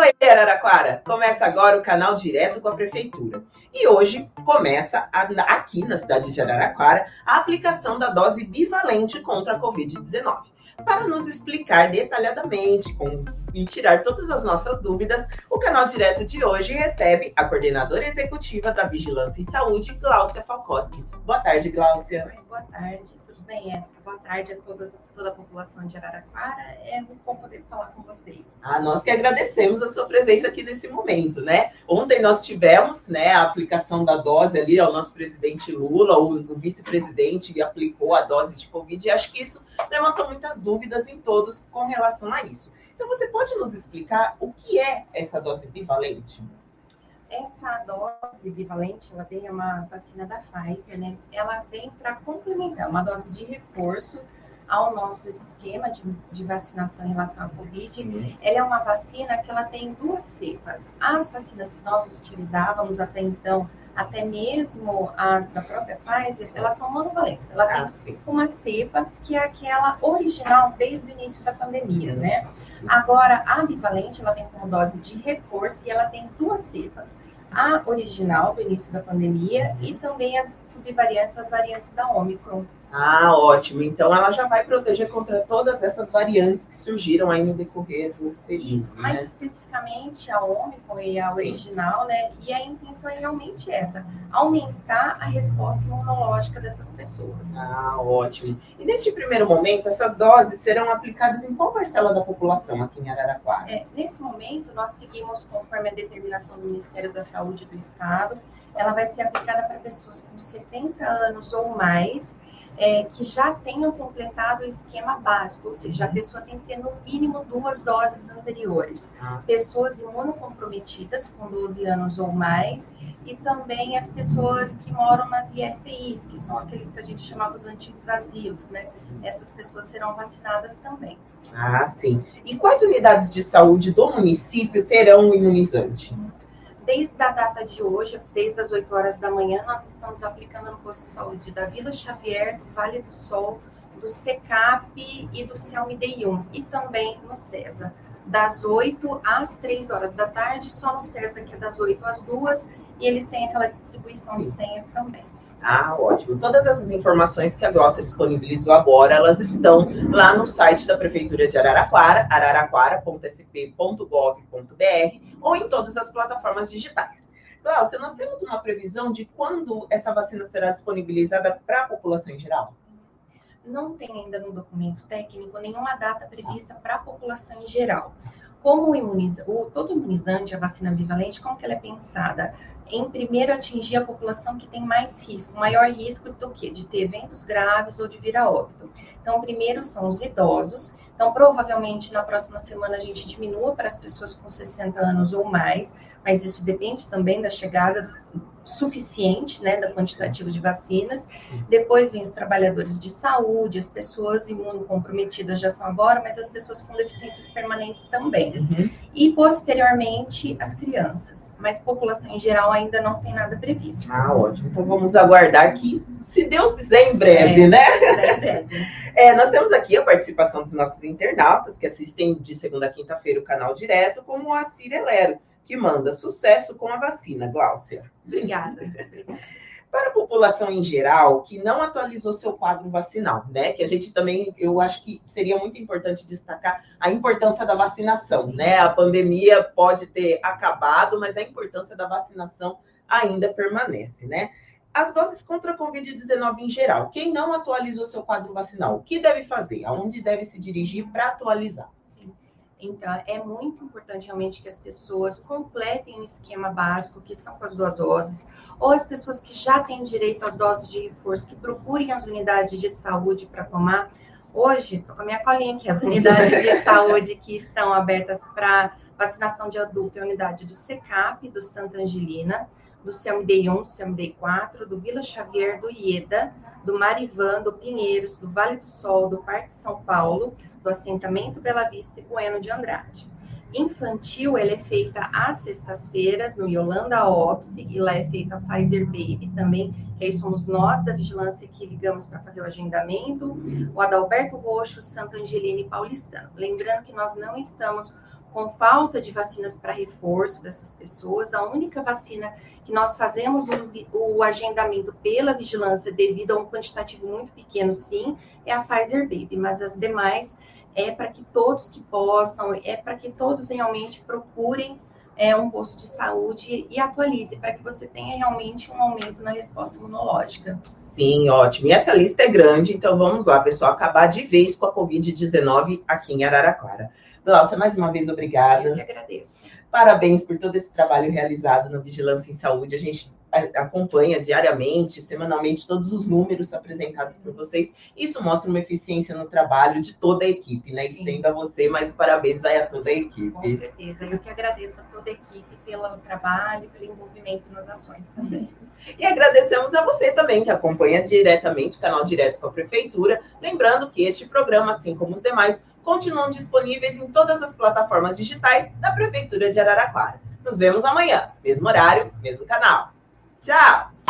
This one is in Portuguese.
Oi, Araraquara! Começa agora o canal Direto com a Prefeitura. E hoje começa aqui na cidade de Araraquara a aplicação da dose bivalente contra a Covid-19. Para nos explicar detalhadamente e tirar todas as nossas dúvidas, o canal Direto de hoje recebe a coordenadora executiva da Vigilância em Saúde, Gláucia Falkowski. Boa tarde, Gláucia. Oi, boa tarde, tudo bem, Érica? Boa tarde a toda a população de Araraquara. É muito bom poder falar com vocês. Nós que agradecemos a sua presença aqui nesse momento, né? Ontem nós tivemos, né, a aplicação da dose ali ao nosso presidente Lula, o vice-presidente aplicou a dose de Covid, e acho que isso levantou muitas dúvidas em todos com relação a isso. Então, você pode nos explicar o que é essa dose bivalente? Essa dose bivalente, ela vem uma vacina da Pfizer, né? Ela vem para complementar uma dose de reforço ao nosso esquema de vacinação em relação à Covid. Ela é uma vacina que ela tem duas cepas. As vacinas que nós utilizávamos até então, até mesmo as da própria Pfizer, elas são monovalentes. Ela tem uma cepa que é aquela original desde o início da pandemia, né? Agora, a bivalente, ela vem como dose de reforço e ela tem duas cepas. A original do início da pandemia e também as subvariantes, as variantes da Omicron. Ótimo. Então, ela já vai proteger contra todas essas variantes que surgiram aí no decorrer do período. Isso, mais especificamente a Omicron e a original, né? E a intenção é realmente essa, aumentar a resposta imunológica dessas pessoas. Ótimo. E neste primeiro momento, essas doses serão aplicadas em qual parcela da população aqui em Araraquara? Nesse momento, nós seguimos conforme a determinação do Ministério da Saúde do Estado. Ela vai ser aplicada para pessoas com 70 anos ou mais, que já tenham completado o esquema básico, ou seja, a pessoa tem que ter no mínimo 2 doses anteriores. Pessoas imunocomprometidas com 12 anos ou mais e também as pessoas que moram nas IFPIs, que são aqueles que a gente chamava os antigos asilos, né? Essas pessoas serão vacinadas também. Sim. E quais unidades de saúde do município terão o imunizante? Desde a data de hoje, desde as 8 horas da manhã, nós estamos aplicando no posto de saúde da Vila Xavier, do Vale do Sol, do SECAP e do CELMIDEI-1, e também no CESA, das 8 às 3 horas da tarde, só no CESA que é das 8 às 2, e eles têm aquela distribuição de senhas também. Ótimo. Todas essas informações que a Gláucia disponibilizou agora, elas estão lá no site da Prefeitura de Araraquara, araraquara.sp.gov.br, ou em todas as plataformas digitais. Gláucia, nós temos uma previsão de quando essa vacina será disponibilizada para a população em geral? Não tem ainda no documento técnico nenhuma data prevista para a população em geral. Como todo imunizante, a vacina bivalente, como que ela é pensada? Em primeiro atingir a população que tem mais risco, maior risco do quê? De ter eventos graves ou de vir a óbito. Então, primeiro são os idosos. Então, provavelmente, na próxima semana, a gente diminua para as pessoas com 60 anos ou mais, mas isso depende também da chegada suficiente, né, da quantitativa de vacinas. Depois vem os trabalhadores de saúde, as pessoas imunocomprometidas já são agora, mas as pessoas com deficiências permanentes também. E, posteriormente, as crianças. Mas população em geral ainda não tem nada previsto. Ótimo. Então vamos aguardar que, se Deus quiser, em breve, né? Em breve. Nós temos aqui a participação dos nossos internautas, que assistem de segunda a quinta-feira o canal Direto, como a Cira Lero, que manda sucesso com a vacina, Gláucia. Obrigada. Para a população em geral, que não atualizou seu quadro vacinal, né? Que a gente também, eu acho que seria muito importante destacar a importância da vacinação, né? A pandemia pode ter acabado, mas a importância da vacinação ainda permanece, né? As doses contra a Covid-19 em geral, quem não atualizou seu quadro vacinal, o que deve fazer? Aonde deve se dirigir para atualizar? Então, é muito importante realmente que as pessoas completem o esquema básico, que são com as 2 doses, ou as pessoas que já têm direito às doses de reforço, que procurem as unidades de saúde para tomar. Hoje, estou com a minha colinha aqui, as unidades de saúde que estão abertas para vacinação de adulto, é a unidade do SECAP, do Santa Angelina, do CELMIDEI-1, do CELMIDEI-4, do Vila Xavier, do IEDA, do Marivan, do Pinheiros, do Vale do Sol, do Parque São Paulo, do assentamento Bela Vista e Bueno de Andrade. Infantil, ela é feita às sextas-feiras, no Yolanda Opsi, e lá é feita a Pfizer Baby também, que aí somos nós da Vigilância que ligamos para fazer o agendamento, o Adalberto Roxo, Santa Angelina e Paulistano. Lembrando que nós não estamos com falta de vacinas para reforço dessas pessoas. A única vacina que nós fazemos o agendamento pela vigilância devido a um quantitativo muito pequeno, sim, é a Pfizer Baby, mas as demais é para que todos que possam, é para que todos realmente procurem um posto de saúde e atualize, para que você tenha realmente um aumento na resposta imunológica. Sim, ótimo. E essa lista é grande, então vamos lá, pessoal, acabar de vez com a Covid-19 aqui em Araraquara. Glaucia, mais uma vez, obrigada. Eu que agradeço. Parabéns por todo esse trabalho realizado no Vigilância em Saúde. A gente acompanha diariamente, semanalmente, todos os números apresentados por vocês. Isso mostra uma eficiência no trabalho de toda a equipe, né? Estendo a você, mas parabéns vai a toda a equipe. Com certeza. Eu que agradeço a toda a equipe pelo trabalho, pelo envolvimento nas ações também. E agradecemos a você também, que acompanha diretamente o canal Direto com a Prefeitura. Lembrando que este programa, assim como os demais, continuam disponíveis em todas as plataformas digitais da Prefeitura de Araraquara. Nos vemos amanhã, mesmo horário, mesmo canal. Tchau!